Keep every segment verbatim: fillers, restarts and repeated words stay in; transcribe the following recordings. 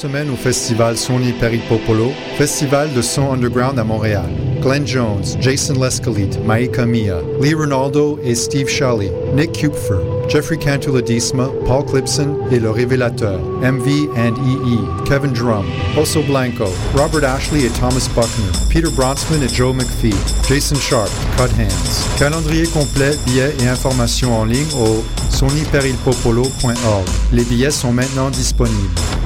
semaine au festival Sony Peripopolo, festival de son underground à Montréal. Glenn Jones, Jason Lescalite, Maika Mia, Lee Ronaldo et Steve Shelley, Nick Kupfer, Jeffrey Cantuladisma, Paul Clipson et Le Révélateur, M V and E E, Kevin Drum, Oso Blanco, Robert Ashley et Thomas Buckner, Peter Bronsman et Joe McPhee, Jason Sharp, Cut Hands. Calendrier complet, billets et informations en ligne au sony peripopolo point org. Les billets sont maintenant disponibles.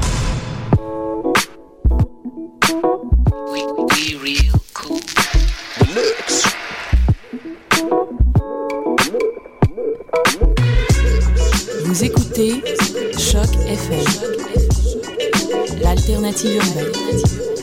Vous écoutez Choc F M, l'alternative urbaine.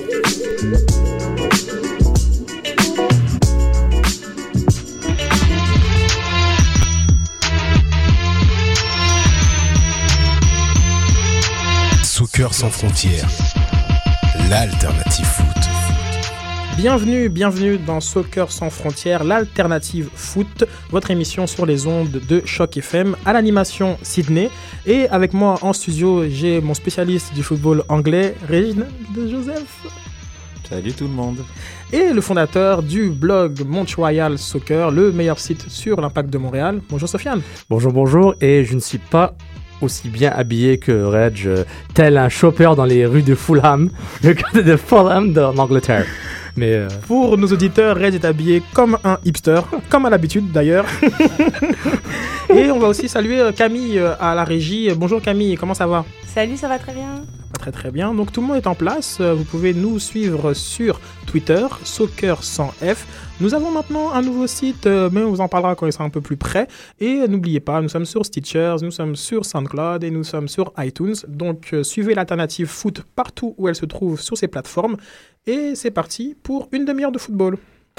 Soccer sans frontières, l'alternative foot. Bienvenue, bienvenue dans Soccer sans frontières, l'alternative foot, votre émission sur les ondes de Choc F M, à l'animation Sydney. Et avec moi en studio, j'ai mon spécialiste du football anglais, Réginald Joseph. Salut tout le monde. Et le fondateur du blog Montreal Soccer, le meilleur site sur l'impact de Montréal. Bonjour Sofiane. Bonjour, bonjour, et je ne suis pas aussi bien habillé que Reg, euh, tel un chopper dans les rues de Fulham, le côté de Fulham en Angleterre. Mais euh... Pour nos auditeurs, Reg est habillé comme un hipster, comme à l'habitude d'ailleurs. Et on va aussi saluer Camille à la régie. Bonjour Camille, comment ça va ? Salut, ça va très bien. Très très bien, donc tout le monde est en place. Vous pouvez nous suivre sur Twitter, Soccer sans F. Nous avons maintenant un nouveau site, mais on vous en parlera quand il sera un peu plus près. Et n'oubliez pas, nous sommes sur Stitcher, nous sommes sur SoundCloud et nous sommes sur iTunes. Donc euh, suivez l'alternative foot partout où elle se trouve sur ces plateformes. Et c'est parti pour une demi-heure de football.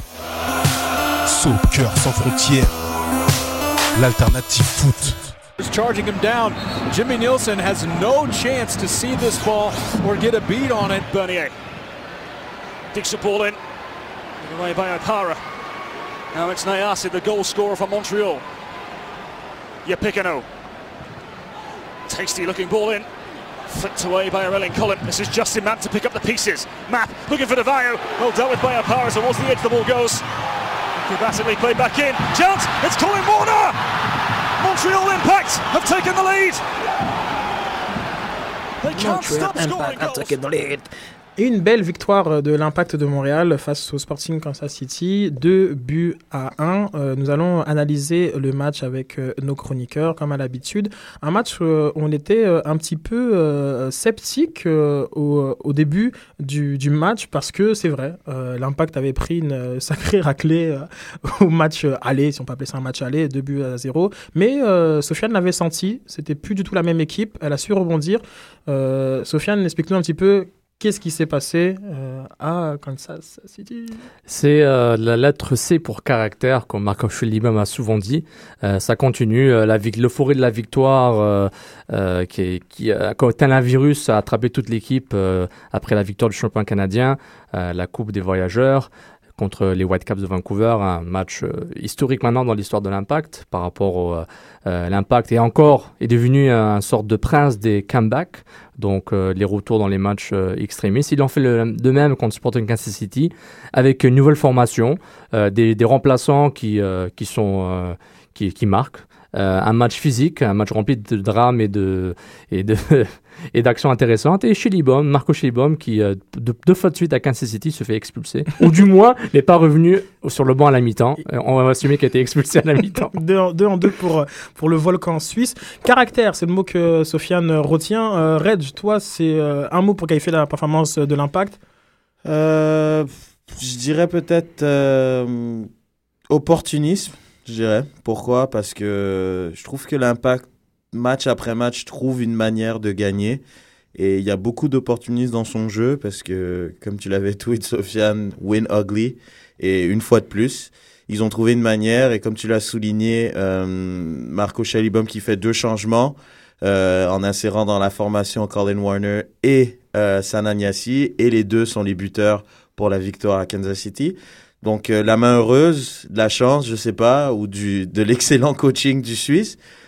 Soccer sans frontières, l'alternative foot. Charging him down. Jimmy Nielsen has no chance to see this ball or get a beat on it. Bernier digs the ball in. Given away by O'Hara. Now it's Nayasi, the goal scorer for Montreal. Yapicano. Tasty looking ball in. Flicked away by Aurelien Collin. This is Justin Mapp to pick up the pieces. Mapp looking for Devayo. Well dealt with by O'Hara towards the edge the ball goes. Acrobatically played back in. Chance! It's Colin Warner! Montreal Impact have taken the lead. They can't stop scoring goals. Et une belle victoire de l'Impact de Montréal face au Sporting Kansas City, deux buts à un. Euh, nous allons analyser le match avec euh, nos chroniqueurs, comme à l'habitude. Un match où euh, on était euh, un petit peu euh, sceptique euh, au, au début du, du match, parce que c'est vrai, euh, l'Impact avait pris une euh, sacrée raclée euh, au match aller, si on peut appeler ça un match aller, deux buts à zéro. Mais euh, Sofiane l'avait senti, c'était plus du tout la même équipe, elle a su rebondir. Euh, Sofiane, explique-nous un petit peu qu'est-ce qui s'est passé euh, à Kansas City. C'est euh, la lettre C pour caractère, comme Marco Schellibaum a souvent dit. Euh, ça continue, euh, la, l'euphorie de la victoire euh, euh, qui, qui a tel un virus a attrapé toute l'équipe euh, après la victoire du champion canadien, euh, la Coupe des voyageurs contre les Whitecaps de Vancouver, un match euh, historique maintenant dans l'histoire de l'Impact par rapport au euh, l'Impact est encore est devenu un sorte de prince des comebacks, donc euh, les retours dans les matchs euh, extrémistes. Ils ont fait le, de même contre Sporting Kansas City avec une nouvelle formation, euh, des, des remplaçants qui euh, qui sont euh, qui, qui marquent. Euh, un match physique, un match rempli de drame et de et de et d'actions intéressantes. Et Schellibaum, Marco Schellibaum, qui euh, deux, deux fois de suite à Kansas City se fait expulser, ou du moins n'est pas revenu sur le banc à la mi-temps. Euh, on va assumer qu'il a été expulsé à la mi-temps. deux, en, deux en deux pour pour le Volcan suisse. Caractère, c'est le mot que Sofiane retient. Euh, Reg, toi, c'est euh, un mot pour qualifier la performance de l'Impact. Euh, je dirais peut-être euh, opportunisme. Je dirais. Pourquoi ? Parce que je trouve que l'Impact, match après match, trouve une manière de gagner. Et il y a beaucoup d'opportunisme dans son jeu parce que, comme tu l'avais tweet, Sofiane, win ugly. Et une fois de plus, ils ont trouvé une manière. Et comme tu l'as souligné, euh, Marco Schellibaum qui fait deux changements euh, en insérant dans la formation Colin Warner et euh, Sana Niasse. Et les deux sont les buteurs pour la victoire à Kansas City. Donc, euh, la main heureuse, de la chance, je sais pas, ou du, de l'excellent coaching du Suisse.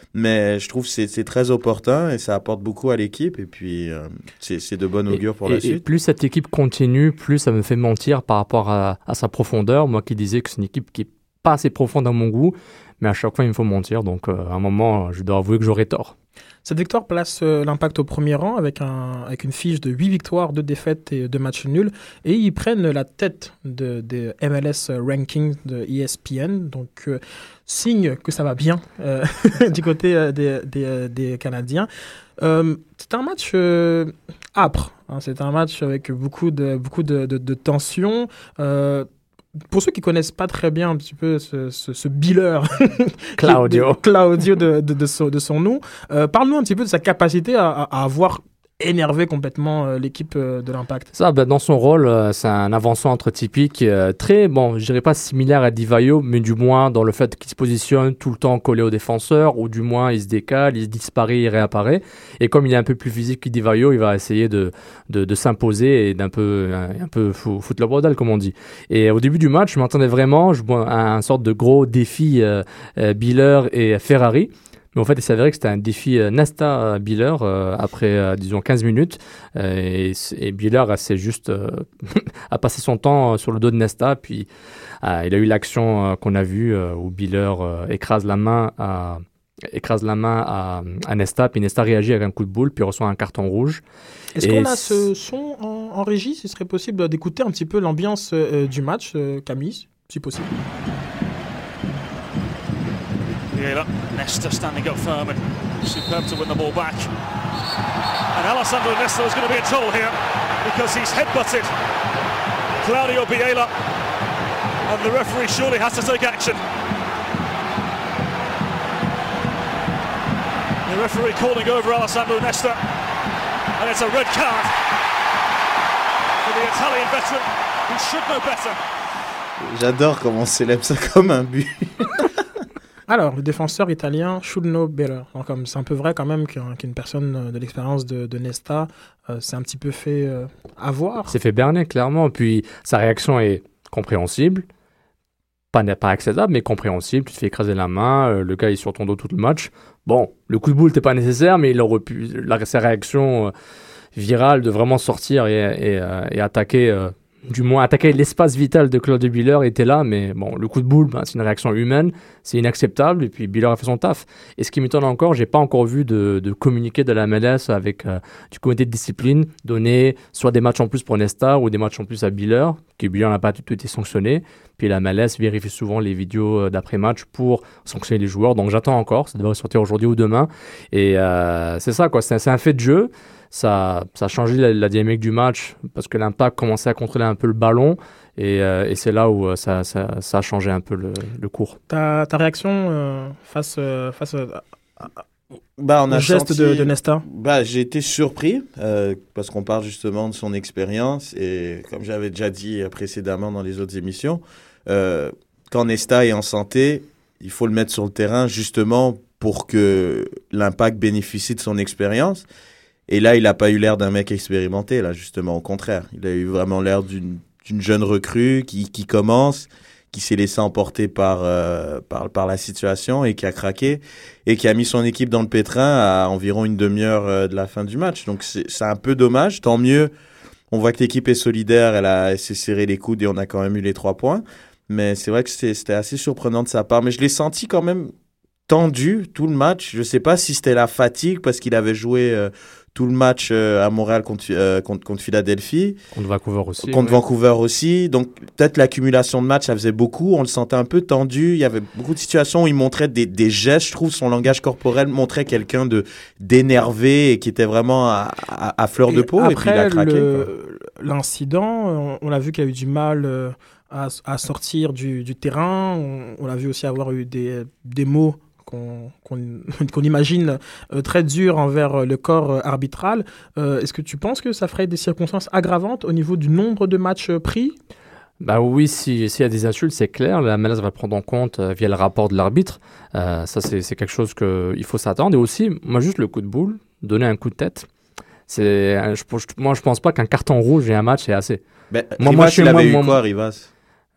Mais je trouve que c'est, c'est très opportun et ça apporte beaucoup à l'équipe. Et puis, euh, c'est, c'est de bon augure pour et, la et, suite. Et plus cette équipe continue, plus ça me fait mentir par rapport à, à sa profondeur. Moi qui disais que c'est une équipe qui n'est pas assez profonde à mon goût, mais à chaque fois, il me faut mentir. Donc, euh, à un moment, je dois avouer que j'aurais tort. Cette victoire place euh, l'Impact au premier rang avec, un, avec une fiche de huit victoires, deux défaites et deux matchs nuls. Et ils prennent la tête de, de M L S Ranking de E S P N. Donc, euh, signe que ça va bien euh, du côté euh, des, des, des Canadiens. Euh, c'est un match euh, âpre. Hein, c'est un match avec beaucoup de, beaucoup de, de, de tension. Euh, Pour ceux qui connaissent pas très bien un petit peu ce, ce, ce biller Claudio, de, Claudio de, de, de, son, de son nom, euh, parle-nous un petit peu de sa capacité à, à avoir énervé complètement euh, l'équipe euh, de l'Impact. Ça, ben, dans son rôle, euh, c'est un avançant-centre typique, euh, très, bon, je dirais pas similaire à Divayo, mais du moins dans le fait qu'il se positionne tout le temps collé au défenseur, ou du moins il se décale, il disparaît, il réapparaît. Et comme il est un peu plus physique que Divayo, il va essayer de, de, de s'imposer et d'un peu, un, un peu fou, foutre le bordel, comme on dit. Et au début du match, je m'attendais vraiment je, à un sorte de gros défi euh, euh, Biller et Ferrari. Mais en fait, il s'avérait que c'était un défi euh, Nesta-Biller euh, après, euh, disons, quinze minutes. Euh, et, et Biller s'est juste euh, a passé son temps euh, sur le dos de Nesta. Puis, euh, il a eu l'action euh, qu'on a vue euh, où Biller euh, écrase la main à, écrase la main à, à Nesta. Puis Nesta réagit avec un coup de boule, puis reçoit un carton rouge. Est-ce et qu'on a ce son en, en régie? Ce serait possible d'écouter un petit peu l'ambiance euh, du match, euh, Camille, si possible. Biela, Nesta standing up firm and superb to win the ball back. And Alessandro Nesta is going to be in trouble here because he's headbutted Claudio Biela and the referee surely has to take action. The referee calling over Alessandro Nesta and it's a red card for the Italian veteran who should know better. J'adore comment on célèbre ça comme un but. Alors, le défenseur italien should know better. Donc, comme c'est un peu vrai quand même qu'une, qu'une personne de l'expérience de, de Nesta euh, s'est un petit peu fait euh, avoir. C'est fait berner, clairement. Puis sa réaction est compréhensible. Pas, pas acceptable, mais compréhensible. Tu te fais écraser la main. Euh, le gars est sur ton dos tout le match. Bon, le coup de boule n'était pas nécessaire, mais il aurait pu. La, sa réaction euh, virale de vraiment sortir et, et, euh, et attaquer. Euh, du moins attaquer l'espace vital de Claudio Biller était là, mais bon, le coup de boule, ben, c'est une réaction humaine, c'est inacceptable, et puis Biller a fait son taf. Et ce qui m'étonne encore, j'ai pas encore vu de, de communiqué de la M L S avec euh, du comité de discipline, donner soit des matchs en plus pour Nesta ou des matchs en plus à Biller, qui Biller n'a pas du tout été sanctionné, puis la M L S vérifie souvent les vidéos d'après-match pour sanctionner les joueurs, donc j'attends encore, ça devrait sortir aujourd'hui ou demain, et euh, c'est ça quoi, c'est, c'est un fait de jeu. Ça, ça a changé la, la dynamique du match parce que l'Impact commençait à contrôler un peu le ballon et, euh, et c'est là où ça, ça, ça a changé un peu le, le cours. Ta, ta réaction euh, face, euh, face euh, bah, on a au geste senti, de, de Nesta? Bah, j'ai été surpris euh, parce qu'on parle justement de son expérience et comme j'avais déjà dit précédemment dans les autres émissions, euh, quand Nesta est en santé, il faut le mettre sur le terrain justement pour que l'Impact bénéficie de son expérience. Et là, il n'a pas eu l'air d'un mec expérimenté, là, justement, au contraire. Il a eu vraiment l'air d'une, d'une jeune recrue qui, qui commence, qui s'est laissé emporter par, euh, par, par la situation et qui a craqué et qui a mis son équipe dans le pétrin à environ une demi-heure euh, de la fin du match. Donc, c'est, c'est un peu dommage. Tant mieux, on voit que l'équipe est solidaire, elle, a, elle s'est serré les coudes et on a quand même eu les trois points. Mais c'est vrai que c'était, c'était assez surprenant de sa part. Mais je l'ai senti quand même tendu tout le match. Je ne sais pas si c'était la fatigue parce qu'il avait joué... Euh, tout le match euh, à Montréal contre, euh, contre, contre Philadelphie. Contre Vancouver aussi. Contre ouais. Vancouver aussi. Donc, peut-être l'accumulation de matchs, ça faisait beaucoup. On le sentait un peu tendu. Il y avait beaucoup de situations où il montrait des, des gestes. Je trouve son langage corporel montrait quelqu'un de, d'énervé et qui était vraiment à, à, à fleur et de peau. Après, et puis, il a craqué. Le, l'incident, on, on l'a vu qu'il a eu du mal euh, à, à sortir du, du terrain. On, on l'a vu aussi avoir eu des, des mots Qu'on, qu'on, qu'on imagine euh, très dur envers le corps euh, arbitral. Euh, est-ce que tu penses que ça ferait des circonstances aggravantes au niveau du nombre de matchs euh, pris? Bah oui, si, s'il y a des insultes, c'est clair. La M L S va le prendre en compte euh, via le rapport de l'arbitre. Euh, ça, c'est, c'est quelque chose qu'il faut s'attendre. Et aussi, moi, juste le coup de boule, donner un coup de tête, c'est, je, moi, je pense pas qu'un carton rouge et un match, c'est assez. Ben, moi, Rivas, moi, je suis il avait moi, eu moi, quoi, Rivas?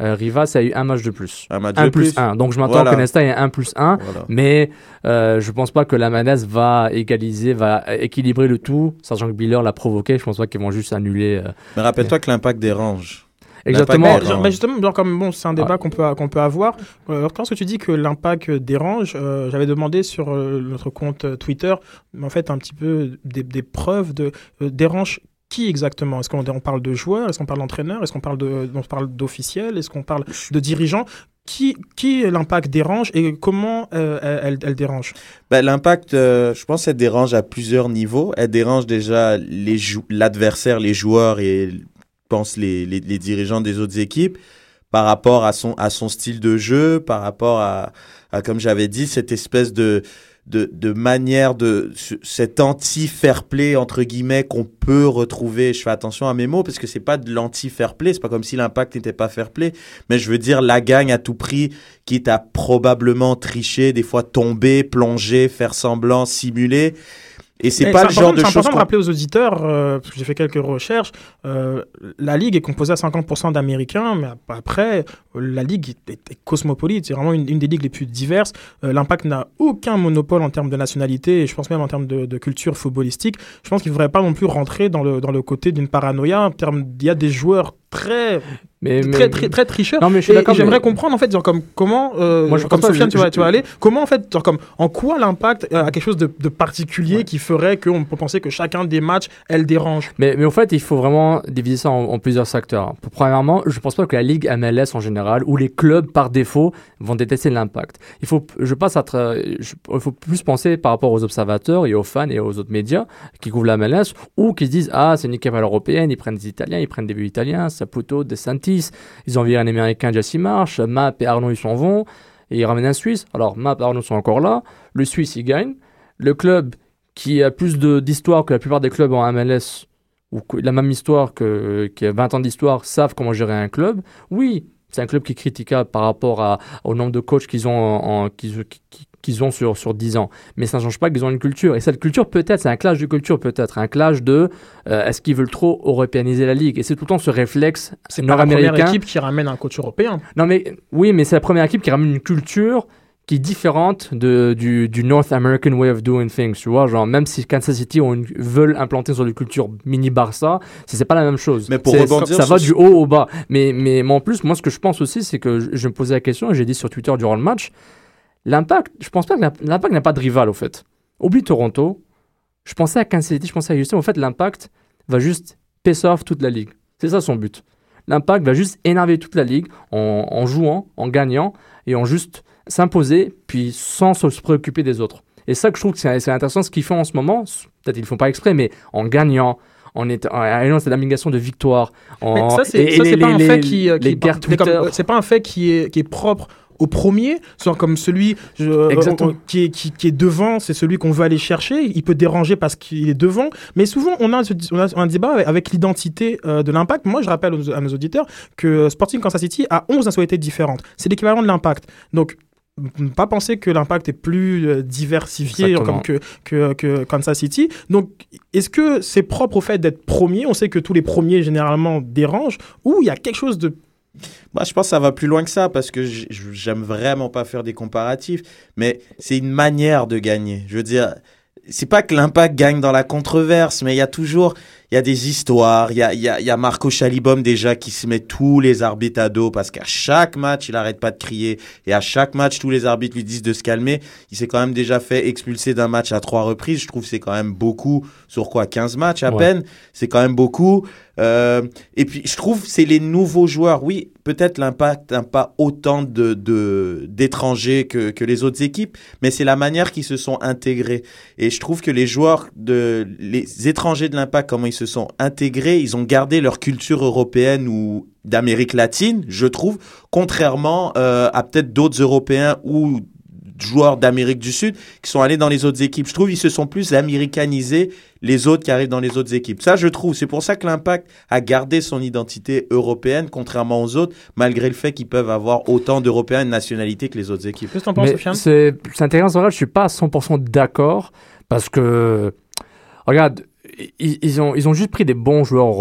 Euh, Rivas a eu un match de plus. Un match un de plus plus. un. Donc je m'attends Voilà. que Nesta ait un plus un. Voilà. Mais euh, je pense pas que la Manès va égaliser, va équilibrer le tout. Sachant que Biller l'a provoqué, je pense pas qu'ils vont juste annuler. Euh... Mais rappelle-toi que l'impact dérange. Exactement. L'impact Genre, dérange. bah, justement, genre, comme, bon, c'est un débat Ouais. qu'on peut, qu'on peut avoir. Euh, lorsque tu dis que l'impact dérange, euh, j'avais demandé sur euh, notre compte euh, Twitter, en fait, un petit peu des, des preuves de euh, dérange qui exactement. Est-ce qu'on on parle de joueurs? Est-ce qu'on parle d'entraîneurs? Est-ce qu'on parle de, on parle d'officiels? Est-ce qu'on parle de dirigeants? Qui, qui l'impact dérange et comment euh, elle, elle dérange? Ben, l'impact, euh, je pense, elle dérange à plusieurs niveaux. Elle dérange déjà les jou- l'adversaire, les joueurs et je pense les, les, les dirigeants des autres équipes par rapport à son, à son style de jeu, par rapport à, à comme j'avais dit, cette espèce de, de, de manière de, cet anti-fair play, entre guillemets, qu'on peut retrouver. Je fais attention à mes mots parce que c'est pas de l'anti-fair play, c'est pas comme si l'impact n'était pas fair play, mais je veux dire la gagne à tout prix, quitte à probablement tricher, des fois tomber, plonger, faire semblant, simuler. Et c'est Mais pas c'est le genre important- de c'est choses important de qu'on... rappeler aux auditeurs, euh, parce que j'ai fait quelques recherches, euh, la Ligue est composée à cinquante pour cent d'Américains, mais ap- après, la Ligue est, est- est cosmopolite, c'est vraiment une, une des ligues les plus diverses. Euh, L'Impact n'a aucun monopole en termes de nationalité, et je pense même en termes de, de culture footballistique. Je pense qu'il ne faudrait pas non plus rentrer dans le, dans le côté d'une paranoïa. En termes, il y a des joueurs très... Mais, mais- Très, très, très tricheurs. Non, mais je suis Et d'accord, j'aimerais mais- comprendre en fait genre comme comment euh, Moi, je comme pense pas, Sofiane je- tu vas je- tu vas aller comment en fait genre comme en quoi l'impact euh, a quelque chose de, de particulier qui ferait qu'on peut penser que chacun des matchs elle dérange. Mais, mais au fait, il faut vraiment diviser ça en, en plusieurs secteurs. Premièrement, je ne pense pas que la Ligue M L S en général, ou les clubs par défaut, vont détester l'impact. Il faut, je passe à tra- je- il faut plus penser par rapport aux observateurs et aux fans et aux autres médias qui couvrent la M L S, ou qui se disent « Ah, c'est une équipe à l'européenne, ils prennent des Italiens, ils prennent des buts italiens, Saputo, De Santis, ils ont viré un Américain, Jesse Marsh, Map et Arnaud, ils s'en vont, et ils ramènent un Suisse. Alors, Map et Arnaud sont encore là, le Suisse, il gagne. Le club qui a plus de, d'histoire que la plupart des clubs en M L S, ou que- la même histoire que, qui a vingt ans d'histoire, savent comment gérer un club. Oui, c'est un club qui est critiquable par rapport à, au nombre de coachs qu'ils ont, en, en- qu'ils, qu'ils- qu'ils ont sur, sur dix ans. Mais ça ne change pas qu'ils ont une culture. Et cette culture, peut-être, c'est un clash de culture, peut-être. Un clash de euh, est-ce qu'ils veulent trop européaniser la Ligue? Et c'est tout le temps ce réflexe C'est pas la première nord-américain. équipe qui ramène un coach européen. Non, mais oui, mais c'est la première équipe qui ramène une culture qui est différente de, du, du North American way of doing things, tu vois, genre même si Kansas City ont une, veulent implanter sur une culture mini Barça, c'est, c'est pas la même chose. Mais pour C'est- rebondir ça, ça va sur- du haut au bas. Mais, mais, mais en plus, moi, ce que je pense aussi, c'est que je, je me posais la question et j'ai dit sur Twitter durant le match, l'impact, je pense pas que l'Imp- l'impact n'a pas de rival, au fait. Oublie Toronto. Je pensais à Kansas City, je pensais à Houston. En fait, l'impact va juste piss off toute la ligue. C'est ça son but. L'impact va juste énerver toute la ligue en, en jouant, en gagnant et en juste s'imposer, puis sans se préoccuper des autres. Et ça que je trouve que c'est, c'est intéressant, ce qu'ils font en ce moment, peut-être ils ne le font pas exprès, mais en gagnant, en étant, en ayant cette abnégation de victoire. En, Mais ça c'est et- ça, et c'est les- pas un les- fait qui euh, les qui guerres mais comme- Twitter. euh, c'est pas un fait qui est qui est propre au premier, soit comme celui je- euh, Exactement. euh, qui, est, qui, qui est devant, c'est celui qu'on veut aller chercher. Il peut déranger parce qu'il est devant, mais souvent on a, ce- on a un débat avec, avec l'identité euh, de l'impact. Moi, je rappelle aux- à nos auditeurs que Sporting Kansas City a onze nationalités différentes. C'est l'équivalent de l'impact. Donc, ne pas penser que l'impact est plus euh, diversifié Exactement. comme que, que, que Kansas City. Donc, est-ce que c'est propre au fait d'être premier? On sait que tous les premiers, généralement, dérangent. Ou il y a quelque chose de... Moi, je pense que ça va plus loin que ça parce que j- j'aime vraiment pas faire des comparatifs, mais c'est une manière de gagner. Je veux dire, c'est pas que l'impact gagne dans la controverse, mais il y a toujours, il y a des histoires. Il y a, il y a, il y a Marco Chalibom déjà qui se met tous les arbitres à dos parce qu'à chaque match, il arrête pas de crier et à chaque match, tous les arbitres lui disent de se calmer. Il s'est quand même déjà fait expulser d'un match à trois reprises. Je trouve que c'est quand même beaucoup sur quoi, quinze matchs à Ouais. peine. C'est quand même beaucoup. Euh, et puis, je trouve que c'est les nouveaux joueurs. Oui, peut-être l'impact n'a pas autant de, de, d'étrangers que, que les autres équipes, mais c'est la manière qu'ils se sont intégrés. Et je trouve que les joueurs, de, les étrangers de l'impact, comment ils se sont intégrés, ils ont gardé leur culture européenne ou d'Amérique latine, je trouve, contrairement euh, à peut-être d'autres Européens ou joueurs d'Amérique du Sud qui sont allés dans les autres équipes. Je trouve qu'ils se sont plus américanisés, les autres qui arrivent dans les autres équipes. Ça, je trouve. C'est pour ça que l'Impact a gardé son identité européenne, contrairement aux autres, malgré le fait qu'ils peuvent avoir autant d'Européens et de nationalités que les autres équipes. Qu'est-ce que t'en penses, Mais Sofiane? c'est, c'est intéressant, je suis pas à cent pour cent d'accord parce que, regarde, ils, ils, ont, ils ont juste pris des bons joueurs européens.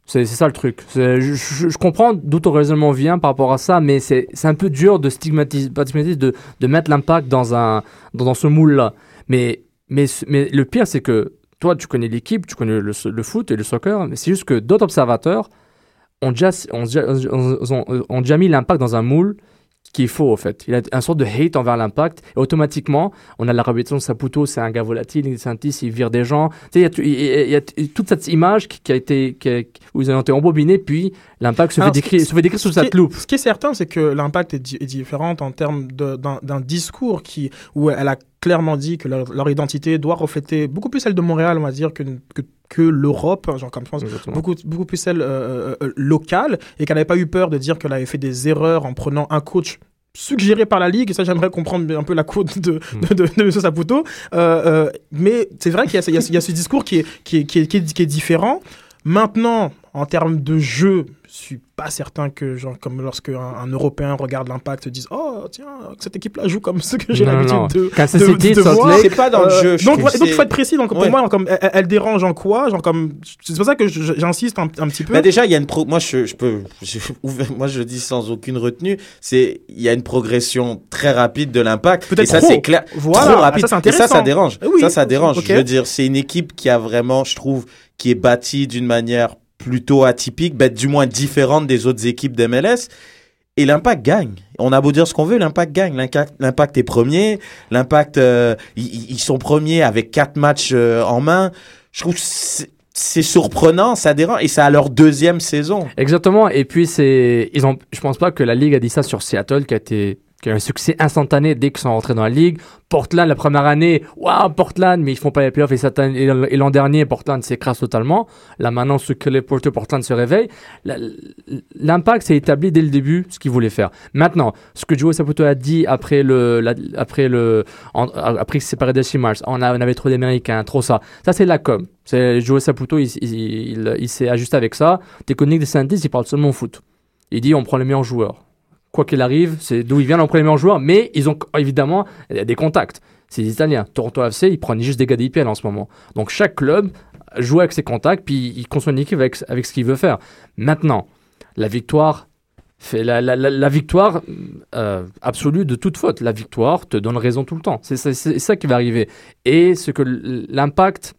C'est, c'est ça le truc. C'est, je, je, je comprends d'où ton raisonnement vient par rapport à ça, mais c'est, c'est un peu dur de stigmatiser, pas stigmatiser, de, de mettre l'Impact dans, un, dans, dans ce moule-là. Mais, mais, mais le pire, c'est que toi, tu connais l'équipe, tu connais le, le foot et le soccer, mais c'est juste que d'autres observateurs ont déjà, ont, ont, ont, ont déjà mis l'Impact dans un moule qui est faux, en fait. Il y a un sorte de hate envers l'Impact. Et automatiquement, on a la réputation de Saputo, c'est un gars volatile, il il vire des gens. Tu sais, il y, il y a toute cette image qui, qui a été, qui a, où ils ont été embobinés, puis l'Impact se Alors, fait décrire, se fait décrire sous cette loupe. Ce qui est certain, c'est que l'Impact est, di- est différent en termes de, d'un, d'un discours qui, où elle a clairement dit que leur, leur identité doit refléter beaucoup plus celle de Montréal, on va dire, que, que, que l'Europe, genre comme je pense, beaucoup, beaucoup plus celle euh, euh, locale, et qu'elle n'avait pas eu peur de dire qu'elle avait fait des erreurs en prenant un coach suggéré par la Ligue, et ça j'aimerais comprendre un peu la côte de, de, de, de M. Saputo, euh, euh, mais c'est vrai qu'il y a, il y a, il y a ce discours qui est, qui, est, qui, est, qui, est, qui est différent. Maintenant, en termes de jeu, je suis pas certain que, genre, comme lorsque un, un Européen regarde l'Impact, se dise oh tiens, cette équipe-là joue comme ce que j'ai non, l'habitude non. de, Kansas de, City, de, de voir. C'est pas dans le jeu. Je donc, trouve, ouais, donc il c'est- faut être précis. Donc pour Ouais. moi, comme elle, elle dérange en quoi, genre comme c'est pour ça que je- j'insiste un, un petit peu. Bah déjà, il y a une pro... moi je, je peux, je... moi je le dis sans aucune retenue, c'est il y a une progression très rapide de l'Impact. Peut-être et ça trop. c'est clair, Voilà. trop rapide. Ah, ça, c'est et ça, ça intéressant. dérange. Oui. Ça, ça dérange. Ok. Je veux dire, c'est une équipe qui a vraiment, je trouve, qui est bâtie d'une manière plutôt atypique, ben, du moins différente des autres équipes d'M L S. Et l'Impact gagne. On a beau dire ce qu'on veut, l'Impact gagne. L'Impact, l'Impact est premier. L'Impact, euh, ils, ils sont premiers avec quatre matchs euh, en main. Je trouve que c'est, c'est surprenant, ça dérange. Et c'est à leur deuxième saison. Exactement. Et puis, c'est, ils ont, je pense pas que la Ligue a dit ça sur Seattle, qui a été, qui a eu un succès instantané dès qu'ils sont rentrés dans la Ligue. Portland, la première année, waouh, Portland, mais ils font pas les playoffs. Et, cette année- et l'an dernier, Portland s'écrase totalement. Là, maintenant, ce que les Porteurs Portland se réveille. La- L'Impact s'est établi dès le début ce qu'il voulait faire. Maintenant, ce que Joe Saputo a dit après le, la- après le, en- après qu'il s'est séparé de Mars, on, a- on avait trop d'Américains, trop ça. Ça, c'est de la com. C'est Joe Saputo, il, il, il, il s'est ajusté avec ça. Technique des Saintis, il parle seulement foot. Il dit, on prend les meilleurs joueurs. Quoi qu'il arrive, c'est d'où ils viennent, on prend les meilleurs joueurs, mais ils ont évidemment des contacts. C'est les Italiens. Toronto F C, ils prennent juste des gars d'I P L en ce moment. Donc chaque club joue avec ses contacts, puis il construit une équipe avec, avec ce qu'il veut faire. Maintenant, la victoire, fait la, la, la, la victoire euh, absolue de toute faute. La victoire te donne raison tout le temps. C'est, c'est, c'est ça qui va arriver. Et ce que l'Impact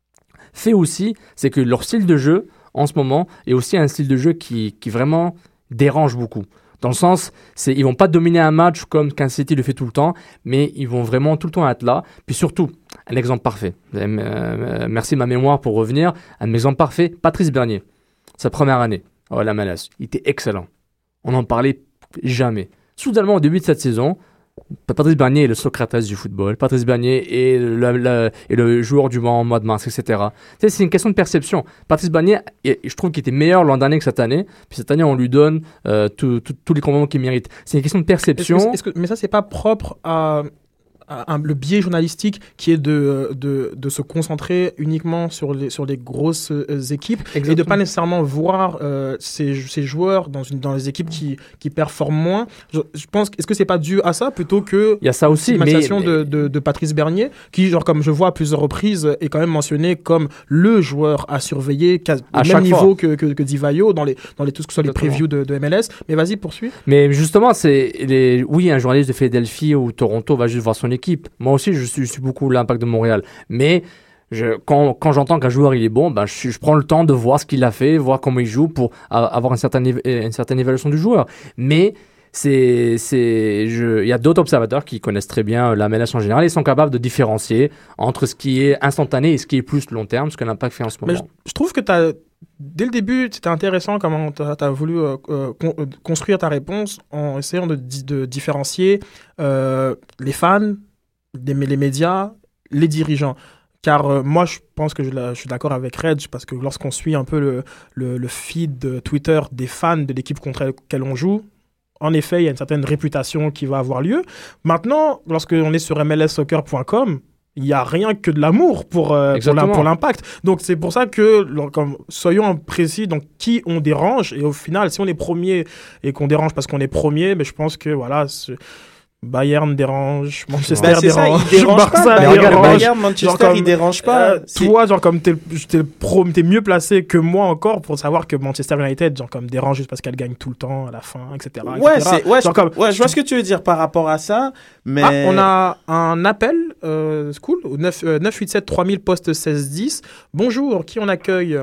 fait aussi, c'est que leur style de jeu, en ce moment, est aussi un style de jeu qui, qui vraiment dérange beaucoup. Dans le sens, c'est, ils vont pas dominer un match comme Kansas City le fait tout le temps, mais ils vont vraiment tout le temps être là. Puis surtout, un exemple parfait. Euh, merci de ma mémoire pour revenir. Un exemple parfait, Patrice Bernier. Sa première année à la M L S. Il était excellent. On n'en parlait jamais. Soudainement, au début de cette saison, Patrice Bernier est le Socrates du football. Patrice Bernier est le, le, est le joueur du mois en mois de mars, et cetera. Tu sais, c'est une question de perception. Patrice Bernier, je trouve qu'il était meilleur l'an dernier que cette année. Puis cette année, on lui donne euh, tous les compliments qu'il mérite. C'est une question de perception. Est-ce que, est-ce que, mais ça, c'est pas propre à, à, à le biais journalistique qui est de, de, de se concentrer uniquement sur les, sur les grosses euh, équipes. Exactement. Et de pas nécessairement voir euh, ces, ces joueurs dans, une, dans les équipes qui, qui performent moins. Je, je pense, est-ce que c'est pas dû à ça plutôt que il y a ça aussi, mais, mais... de, de, de Patrice Bernier, qui, genre, comme je vois à plusieurs reprises, est quand même mentionné comme le joueur à surveiller, au même niveau que, que, que Divayo dans les, dans les, tout ce que soit les previews de, de M L S. Mais vas-y, poursuis. Mais justement, c'est les... oui, un journaliste de Philadelphie ou Toronto va juste voir son équipe. Moi aussi, je suis, je suis beaucoup l'Impact de Montréal. Mais je, quand, quand j'entends qu'un joueur il est bon, ben, je, je prends le temps de voir ce qu'il a fait, voir comment il joue pour avoir une certaine, une certaine évaluation du joueur. Mais c'est, c'est, je, il y a d'autres observateurs qui connaissent très bien la M L S en général et sont capables de différencier entre ce qui est instantané et ce qui est plus long terme, ce que l'Impact fait en ce moment. Mais je, je trouve que tu as... Dès le début, c'était intéressant comment tu as voulu euh, con- construire ta réponse en essayant de, de différencier euh, les fans, les, les médias, les dirigeants. Car euh, moi, je pense que je, la, je suis d'accord avec Reg, parce que lorsqu'on suit un peu le, le, le feed de Twitter des fans de l'équipe contre laquelle on joue, en effet, il y a une certaine réputation qui va avoir lieu. Maintenant, lorsqu'on est sur M L S soccer point com, il n'y a rien que de l'amour pour, euh, pour, la, pour l'impact. Donc, c'est pour ça que, comme, soyons précis, donc, qui on dérange. Et au final, si on est premier et qu'on dérange parce qu'on est premier, mais je pense que, voilà, Bayern dérange, Manchester Bah, c'est ça, dérange, il dérange Barça pas. Mais regarde, dérange. Regarde, Manchester, Genre comme, il dérange pas. Euh, C'est- toi, genre comme t'es, t'es, le pro, t'es mieux placé que moi encore pour savoir que Manchester United, genre comme dérange juste parce qu'elle gagne tout le temps à la fin, et cetera. Ouais, et cetera. c'est, ouais, je, Genre comme- ouais, je vois ce que tu veux dire par rapport à ça, mais. Ah, on a un appel, euh, c'est cool, au neuf huit sept trois mille poste seize dix. Bonjour, qui on accueille?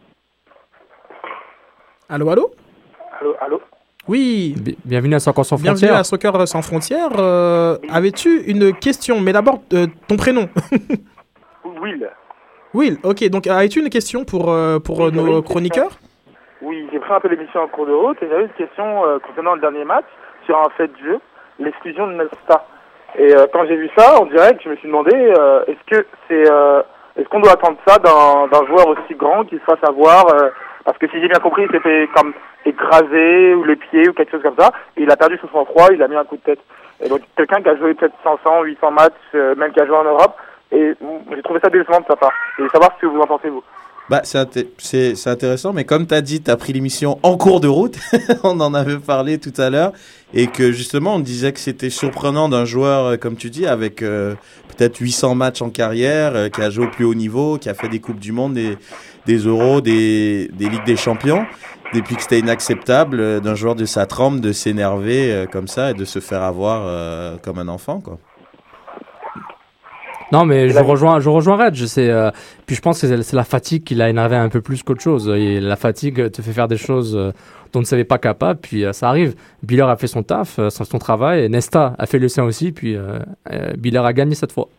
Allô, allô? Allô, allô. Oui, Bi- Bienvenue à Soccer sans bienvenue frontières. à Soccer sans frontières. Euh, avais-tu une question? Mais d'abord, euh, ton prénom. Will. Will, ok, donc as-tu une question pour, euh, pour Oui, euh, j'avais nos une chroniqueurs? Oui, j'ai pris un peu l'émission en cours de route et j'avais une question euh, concernant le dernier match sur un fait de jeu, l'exclusion de Nesta. Et euh, quand j'ai vu ça, en direct, je me suis demandé euh, est-ce que c'est, euh, est-ce qu'on doit attendre ça d'un, d'un joueur aussi grand qui se fasse avoir euh, parce que si j'ai bien compris, il s'est fait comme écrasé ou les pieds ou quelque chose comme ça. Et il a perdu son sang-froid, il a mis un coup de tête. Et donc quelqu'un qui a joué peut-être cinq cents, huit cents matchs, euh, même qui a joué en Europe. Et mm, j'ai trouvé ça décevant de sa part. Et savoir ce que vous en pensez vous. Bah, c'est, inté- c'est, c'est intéressant, mais comme tu as dit, tu as pris l'émission en cours de route. On en avait parlé tout à l'heure. Et que justement, on disait que c'était surprenant d'un joueur, euh, comme tu dis, avec euh, peut-être huit cents matchs en carrière, euh, qui a joué au plus haut niveau, qui a fait des Coupes du Monde, des, des Euros, des, des Ligues des Champions. Et puis que c'était inacceptable euh, d'un joueur de sa trempe de s'énerver euh, comme ça et de se faire avoir euh, comme un enfant, quoi. Non, mais je rejoins, je rejoins Red. Je sais, euh, puis je pense que c'est, c'est la fatigue qui l'a énervé un peu plus qu'autre chose. Et la fatigue te fait faire des choses euh, dont on ne savait pas capable, puis euh, ça arrive. Biller a fait son taf, euh, son, son travail, et Nesta a fait le sien aussi, puis euh, euh, Biller a gagné cette fois.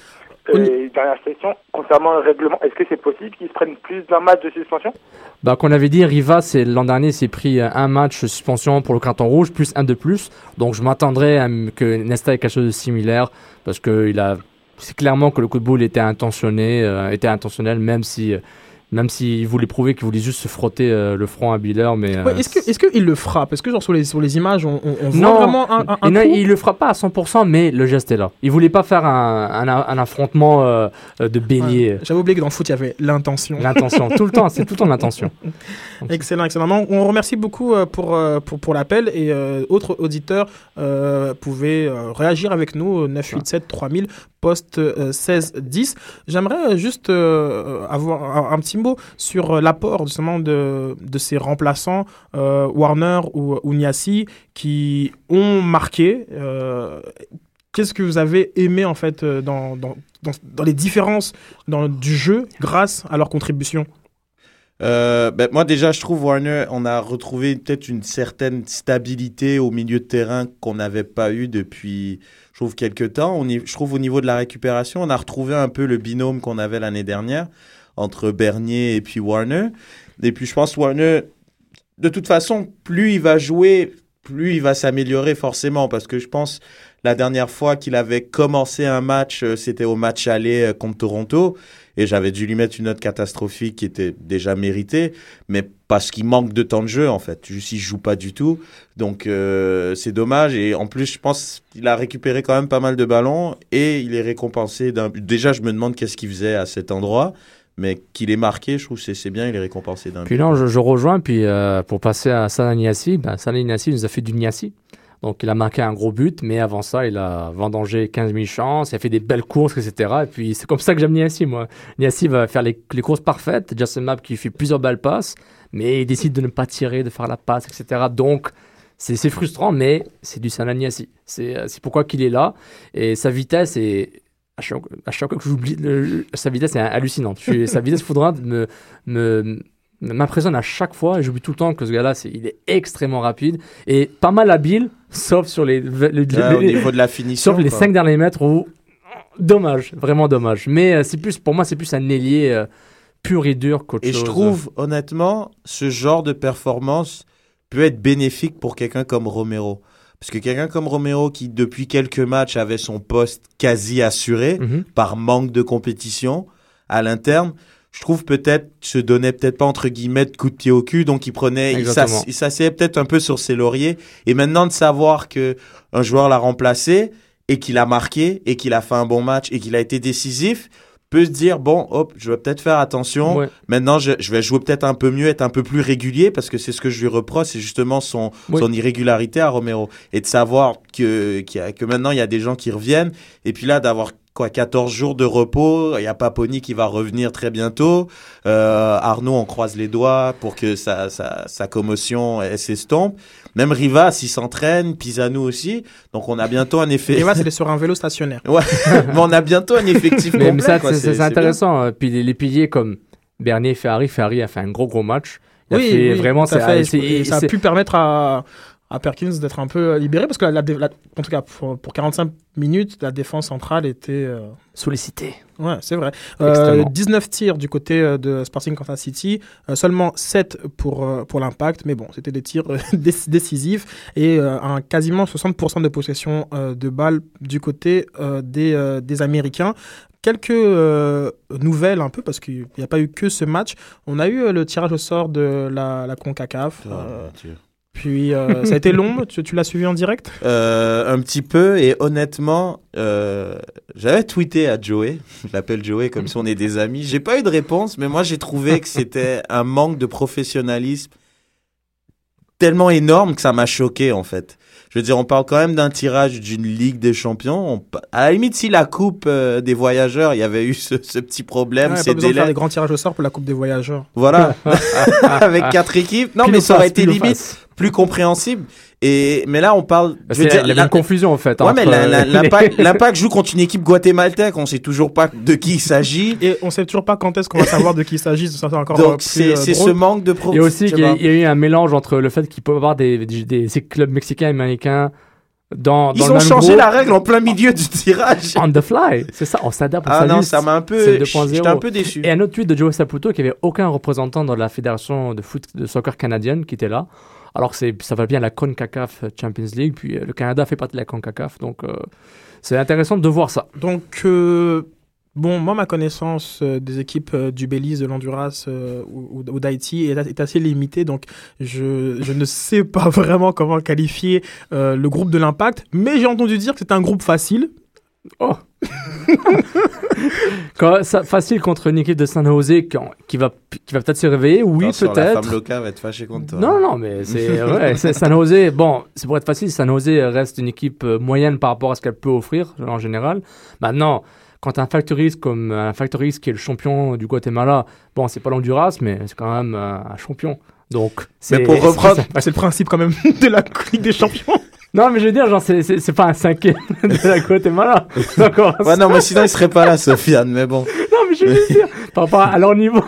Et dernière question, concernant le règlement, est-ce que c'est possible qu'ils se prennent plus d'un match de suspension? Bah, qu'on avait dit, Riva, c'est, l'an dernier, s'est pris euh, un match de suspension pour le carton rouge, plus un de plus. Donc je m'attendrais à m- que Nesta ait quelque chose de similaire, parce qu'il a. C'est clairement que le coup de boule était intentionné, euh, était intentionnel, même si, euh, même s'il voulait prouver qu'il voulait juste se frotter euh, le front à Biller. Mais euh, Ouais, est-ce que, est-ce qu'il le frappe? Est-ce que genre sur les, sur les images, on, on, on voit non, vraiment un, un, un il, coup? il le frappe pas à cent pour cent, mais le geste est là. Il voulait pas faire un, un, un affrontement euh, de bélier. Ouais. J'avais oublié que dans le foot, il y avait l'intention. L'intention, tout le temps, c'est tout le temps l'intention. Excellent, excellent. On remercie beaucoup euh, pour, euh, pour, pour l'appel et euh, autres auditeurs euh, pouvaient euh, réagir avec nous au neuf huit sept trois mille poste euh, seize dix. J'aimerais juste euh, avoir un, un petit mot sur euh, l'apport justement de, de ces remplaçants euh, Warner ou, ou Niassi qui ont marqué. Euh, Qu'est-ce que vous avez aimé en fait euh, dans, dans, dans, dans les différences dans, du jeu grâce à leur contribution? Euh, ben, moi, déjà, je trouve Warner, on a retrouvé peut-être une certaine stabilité au milieu de terrain qu'on n'avait pas eu depuis, je trouve, quelques temps. On y, je trouve au niveau de la récupération, on a retrouvé un peu le binôme qu'on avait l'année dernière entre Bernier et puis Warner. Et puis, je pense Warner, de toute façon, plus il va jouer, plus il va s'améliorer forcément, parce que je pense la dernière fois qu'il avait commencé un match, c'était au match aller contre Toronto. Et j'avais dû lui mettre une note catastrophique qui était déjà méritée, mais parce qu'il manque de temps de jeu, en fait. Juste, il joue pas du tout. Donc, euh, c'est dommage. Et en plus, je pense qu'il a récupéré quand même pas mal de ballons et il est récompensé d'un but. Déjà, je me demande qu'est-ce qu'il faisait à cet endroit, mais qu'il est marqué, je trouve que c'est, c'est bien, il est récompensé d'un but. Puis non, je, je rejoins. Puis euh, pour passer à Salah Niassi, ben, Salah Niassi nous a fait du Niassi. Donc, il a marqué un gros but, mais avant ça, il a vendangé quinze mille chances, il a fait des belles courses, et cetera. Et puis, c'est comme ça que j'aime Niassi, moi. Niassi va faire les, les courses parfaites. Justin Mapp qui fait plusieurs belles passes, mais il décide de ne pas tirer, de faire la passe, et cetera. Donc, c'est, c'est frustrant, mais c'est du Salah Niassi. C'est, c'est pourquoi qu'il est là. Et sa vitesse est... À chaque, à chaque fois que j'oublie, le, sa vitesse est hallucinante. Je suis, sa vitesse foudroyante me... me m'impressionne à chaque fois et j'oublie tout le temps que ce gars-là, c'est, il est extrêmement rapide et pas mal habile, sauf sur les, le, Ouais, les, au niveau de la finition. sauf les quoi. cinq derniers mètres où dommage, vraiment dommage. Mais euh, c'est plus, pour moi, c'est plus un ailier euh, pur et dur qu'autre Et chose. je trouve, honnêtement, ce genre de performance peut être bénéfique pour quelqu'un comme Romero. Parce que quelqu'un comme Romero, qui depuis quelques matchs avait son poste quasi assuré Mhm. par manque de compétition à l'interne, je trouve peut-être se donnait peut-être pas entre guillemets de coups de pied au cul, donc il prenait, il, Exactement. s'ass- il s'asseyait peut-être un peu sur ses lauriers. Et maintenant de savoir que un joueur l'a remplacé et qu'il a marqué et qu'il a fait un bon match et qu'il a été décisif, peut se dire, bon, hop, je vais peut-être faire attention. Ouais. Maintenant, je, je vais jouer peut-être un peu mieux, être un peu plus régulier, parce que c'est ce que je lui reproche, c'est justement son, Oui. son irrégularité à Romero. Et de savoir que, qu'il y a, que maintenant, il y a des gens qui reviennent. Et puis là, d'avoir quoi, quatorze jours de repos. Il y a Paponi qui va revenir très bientôt. Euh, Arnaud, on croise les doigts pour que sa, sa, sa commotion elle, s'estompe. Même Rivas, il s'entraîne. Pisano aussi. Donc, on a bientôt un effet. Rivas, il est sur un vélo stationnaire. Ouais, mais on a bientôt un effectif mais, complet. mais ça, quoi. c'est, c'est, C'est, c'est intéressant. Bien. Puis les, les piliers comme Bernier, Ferrari, Ferrari a fait un gros, gros match. Il oui, a fait oui, vraiment, c'est, fait. C'est, et ça c'est... a pu permettre à, à Perkins d'être un peu libéré parce que, la, la, la, en tout cas, pour, pour quarante-cinq minutes, la défense centrale était euh... sollicitée. Ouais, c'est vrai. Euh, dix-neuf tirs du côté de Sporting Kansas City, euh, seulement sept pour, euh, pour l'Impact, mais bon, c'était des tirs euh, décisifs et euh, un quasiment soixante pour cent de possession euh, de balles du côté euh, des, euh, des Américains. Quelques euh, nouvelles un peu, parce qu'il n'y a pas eu que ce match. On a eu euh, le tirage au sort de la, la CONCACAF. Oh, euh, puis euh, ça a été long, tu, tu l'as suivi en direct euh, Un petit peu, et honnêtement, euh, j'avais tweeté à Joey, je l'appelle Joey comme si on est des amis, j'ai pas eu de réponse, mais moi j'ai trouvé que c'était un manque de professionnalisme tellement énorme que ça m'a choqué en fait. Je veux dire, on parle quand même d'un tirage d'une Ligue des Champions. On, à la limite, si la Coupe euh, des Voyageurs, il y avait eu ce, ce petit problème, ouais, ces pas besoin délais. de faire des grands tirages au sort pour la Coupe des Voyageurs. Voilà, avec quatre équipes. Non, pile mais ça aurait face, été limite face. Plus compréhensible. Et mais là, on parle. Je veux dire, il y avait une confusion en fait. Ouais, entre mais la, la, les... l'impact, l'impact joue contre une équipe guatémaltèque. On sait toujours pas de qui il s'agit. Et on sait toujours pas quand est-ce qu'on va savoir de qui il s'agit. C'est encore Donc plus, c'est, euh, c'est drôle. ce manque de pro. Il y a aussi qu'il y a, il y a eu un mélange entre le fait qu'il peut y avoir des, des, des, des clubs mexicains et américains. Dans, Ils dans ont le changé groupe, la règle en plein milieu du tirage. On the fly, c'est ça, on s'adapte. On ah s'ajuste. non, ça m'a un peu. C'est deux point zéro. J'étais un peu déçu. Et un autre tweet de Joe Saputo qui avait aucun représentant dans la fédération de foot de soccer canadienne qui était là. Alors que c'est, ça va bien la CONCACAF Champions League, puis euh, le Canada fait partie de la CONCACAF, donc euh, c'est intéressant de voir ça. Donc, euh, bon, moi, ma connaissance euh, des équipes euh, du Belize, de l'Honduras euh, ou, ou d'Haïti est, est assez limitée, donc je, je ne sais pas vraiment comment qualifier euh, le groupe de l'Impact, mais j'ai entendu dire que c'est un groupe facile. Oh Quand, ça, facile contre une équipe de San Jose qui, qui, va, qui va peut-être se réveiller, oui, Attention, peut-être. La femme locale va être fâchée contre toi. Non, non, mais c'est, ouais, c'est San Jose. Bon, c'est pour être facile, San Jose reste une équipe moyenne par rapport à ce qu'elle peut offrir en général. Maintenant, quand un Factories comme un Factories qui est le champion du Guatemala, bon, c'est pas l'Honduras, mais c'est quand même un champion. Donc, c'est, mais pour reprendre, c'est, c'est, c'est le principe quand même de la Ligue des Champions. Non, mais je veux dire, genre, c'est, c'est, c'est pas un cinquième de la Guatemala. D'accord. Ouais, non, mais sinon, il serait pas là, Sofiane, mais bon. Non, mais je veux juste dire, par rapport à leur niveau.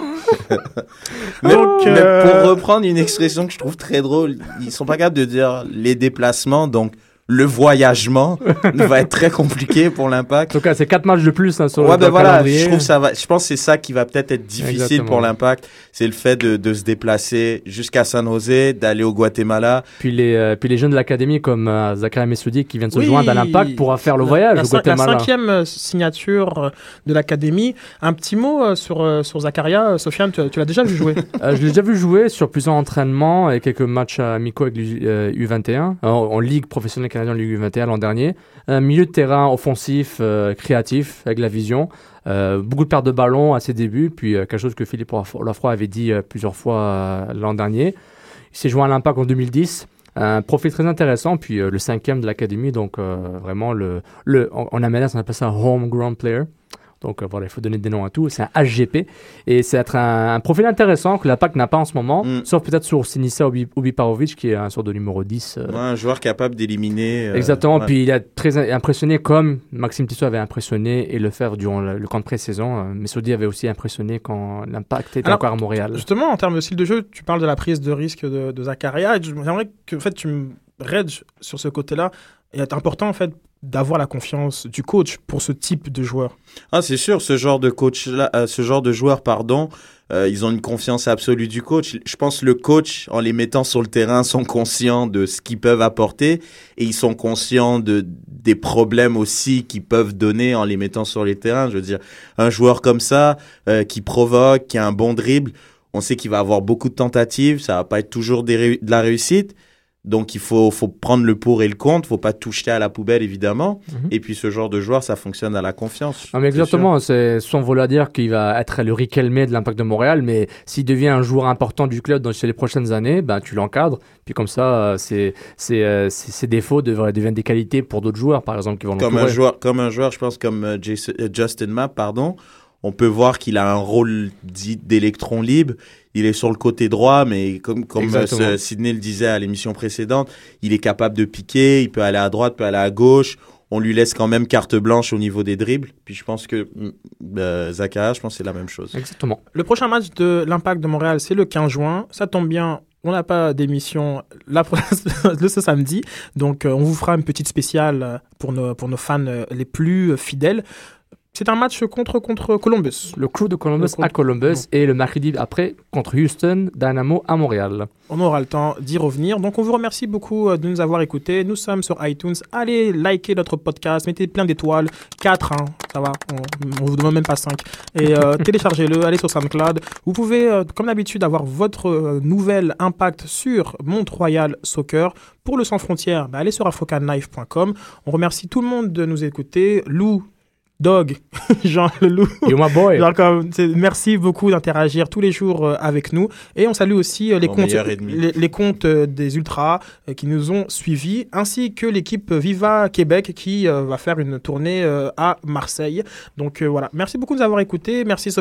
mais, donc, mais euh... pour reprendre une expression que je trouve très drôle, ils sont pas capables de dire les déplacements, donc le voyagement va être très compliqué pour l'Impact. En tout cas, c'est quatre matchs de plus hein, sur ouais, le ben voilà, calendrier. je trouve ça va. Je pense que c'est ça qui va peut-être être difficile Exactement. pour l'Impact, c'est le fait de, de se déplacer jusqu'à San Jose, d'aller au Guatemala. Puis les, euh, puis les jeunes de l'académie comme euh, Zakaria Messoudi qui viennent se oui, joindre à l'Impact pourra faire le voyage la, au Guatemala. La cinquième signature de l'académie. Un petit mot sur, sur Zakaria. Sofiane, tu, tu l'as déjà vu jouer? euh, Je l'ai déjà vu jouer sur plusieurs entraînements et quelques matchs amicaux avec l'U vingt et un, en, en Ligue professionnelle canadienne, Ligue U vingt et un l'an dernier. Un milieu de terrain offensif, euh, créatif, avec la vision. Euh, beaucoup de pertes de ballon à ses débuts, puis euh, quelque chose que Philippe Lafroy avait dit euh, plusieurs fois euh, l'an dernier. Il s'est joint à l'Impact en deux mille dix. Un profil très intéressant, puis euh, le cinquième de l'académie, donc euh, vraiment, le, le, en, en Amérique, on appelle ça un homegrown player. Donc euh, voilà, il faut donner des noms à tout. C'est un H G P et c'est être un, un profil intéressant que la P A C n'a pas en ce moment, mm. sauf peut-être sur Sinisa Ubiparovic qui est un sort de numéro dix. Euh... Ouais, un joueur capable d'éliminer. Euh, Exactement, ouais. Puis il a très impressionné comme Maxime Tissot avait impressionné et le faire durant le, le camp de pré-saison. Euh, Messoudi avait aussi impressionné quand l'Impact était Alors, encore à Montréal. Justement, en termes de style de jeu, tu parles de la prise de risque de, de Zakaria. Et j'aimerais que en fait, tu me raides sur ce côté-là. Il est important en fait d'avoir la confiance du coach pour ce type de joueur. Ah, c'est sûr, ce genre de coach là, euh, ce genre de joueur, pardon, euh, ils ont une confiance absolue du coach. Je pense que le coach, en les mettant sur le terrain, sont conscients de ce qu'ils peuvent apporter et ils sont conscients de des problèmes aussi qu'ils peuvent donner en les mettant sur les terrains. Je veux dire, un joueur comme ça euh, qui provoque, qui a un bon dribble, on sait qu'il va avoir beaucoup de tentatives, ça va pas être toujours des ré- de la réussite. Donc, il faut, faut prendre le pour et le contre. Il ne faut pas tout jeter à la poubelle, évidemment. Mhm. Et puis, ce genre de joueur, ça fonctionne à la confiance. Non, mais exactement, c'est sans vouloir dire qu'il va être le Riquelme de l'Impact de Montréal, mais s'il devient un joueur important du club dans les prochaines années, ben, tu l'encadres. Puis comme ça, ses, ses, ses, ses défauts devraient, deviennent des qualités pour d'autres joueurs, par exemple, qui vont comme un joueur, Comme un joueur, je pense, comme euh, Jason, euh, Justin Mapp, pardon, on peut voir qu'il a un rôle dit d'électron libre. Il est sur le côté droit, mais comme, comme euh, Sidney le disait à l'émission précédente, il est capable de piquer, il peut aller à droite, peut aller à gauche. On lui laisse quand même carte blanche au niveau des dribbles. Puis je pense que euh, Zakaria, je pense que c'est la même chose. Exactement. Le prochain match de l'Impact de Montréal, c'est le quinze juin. Ça tombe bien, on n'a pas d'émission là pour le ce samedi. Donc euh, on vous fera une petite spéciale pour nos, pour nos fans les plus fidèles. C'est un match contre, contre Columbus. Le Crew de Columbus contre... à Columbus non. et le mercredi après contre Houston Dynamo à Montréal. On aura le temps d'y revenir. Donc on vous remercie beaucoup de nous avoir écoutés. Nous sommes sur iTunes. Allez liker notre podcast. Mettez plein d'étoiles. quatre, hein, ça va. On ne vous demande même pas cinq. Et euh, téléchargez-le. Allez sur SoundCloud. Vous pouvez, euh, comme d'habitude, avoir votre euh, nouvel impact sur Mont-Royal Soccer. Pour le Sans Frontières, bah, allez sur afrocan knife point com. On remercie tout le monde de nous écouter. Lou, Dog, Jean Leloup. You're my boy. Genre, comme, merci beaucoup d'interagir tous les jours euh, avec nous. Et on salue aussi euh, les, comptes, les, les comptes euh, des Ultras euh, qui nous ont suivis, ainsi que l'équipe Viva Québec qui euh, va faire une tournée euh, à Marseille. Donc euh, voilà, merci beaucoup de nous avoir écoutés. Merci